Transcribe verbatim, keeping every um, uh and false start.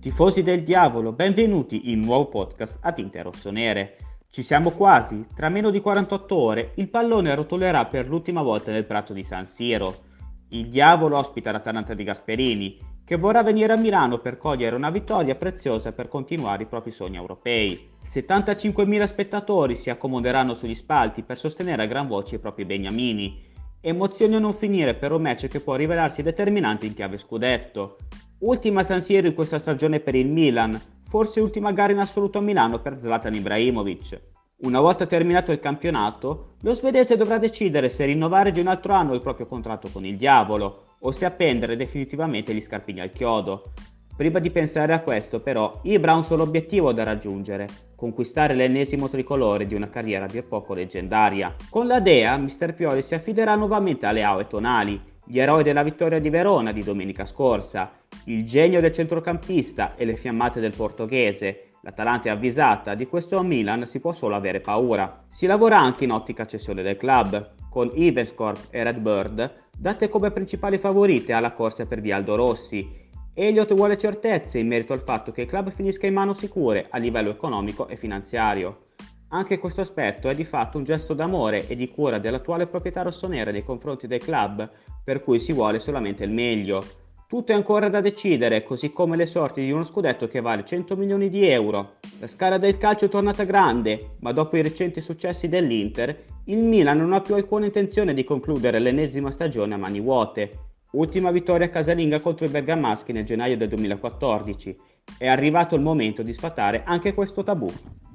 Tifosi del diavolo, benvenuti in un nuovo podcast a tinte rossonere. Ci siamo quasi, tra meno di quarantotto ore il pallone rotolerà per l'ultima volta nel prato di San Siro. Il diavolo ospita l'Atalanta di Gasperini, che vorrà venire a Milano per cogliere una vittoria preziosa per continuare i propri sogni europei. settantacinquemila spettatori si accomoderanno sugli spalti per sostenere a gran voce i propri beniamini. Emozioni a non finire per un match che può rivelarsi determinante in chiave scudetto. Ultima San Siro in questa stagione per il Milan, forse ultima gara in assoluto a Milano per Zlatan Ibrahimovic. Una volta terminato il campionato, lo svedese dovrà decidere se rinnovare di un altro anno il proprio contratto con il diavolo o se appendere definitivamente gli scarpini al chiodo. Prima di pensare a questo, però, Ibra ha un solo obiettivo da raggiungere: conquistare l'ennesimo tricolore di una carriera a dir poco leggendaria. Con la Dea, mister Pioli si affiderà nuovamente alle Aue tonali, gli eroi della vittoria di Verona di domenica scorsa. Il genio del centrocampista e le fiammate del portoghese. L'Atalanta è avvisata, di questo Milan si può solo avere paura. Si lavora anche in ottica cessione del club, con Ivescorp e Redbird date come principali favorite alla corsa per Vialdo Rossi. Elliott vuole certezze in merito al fatto che il club finisca in mano sicure a livello economico e finanziario. Anche questo aspetto è di fatto un gesto d'amore e di cura dell'attuale proprietà rossonera nei confronti del club, per cui si vuole solamente il meglio. Tutto è ancora da decidere, così come le sorti di uno scudetto che vale cento milioni di euro. La scala del calcio è tornata grande, ma dopo i recenti successi dell'Inter, il Milan non ha più alcuna intenzione di concludere l'ennesima stagione a mani vuote. Ultima vittoria casalinga contro i bergamaschi nel gennaio del duemilaquattordici. È arrivato il momento di sfatare anche questo tabù.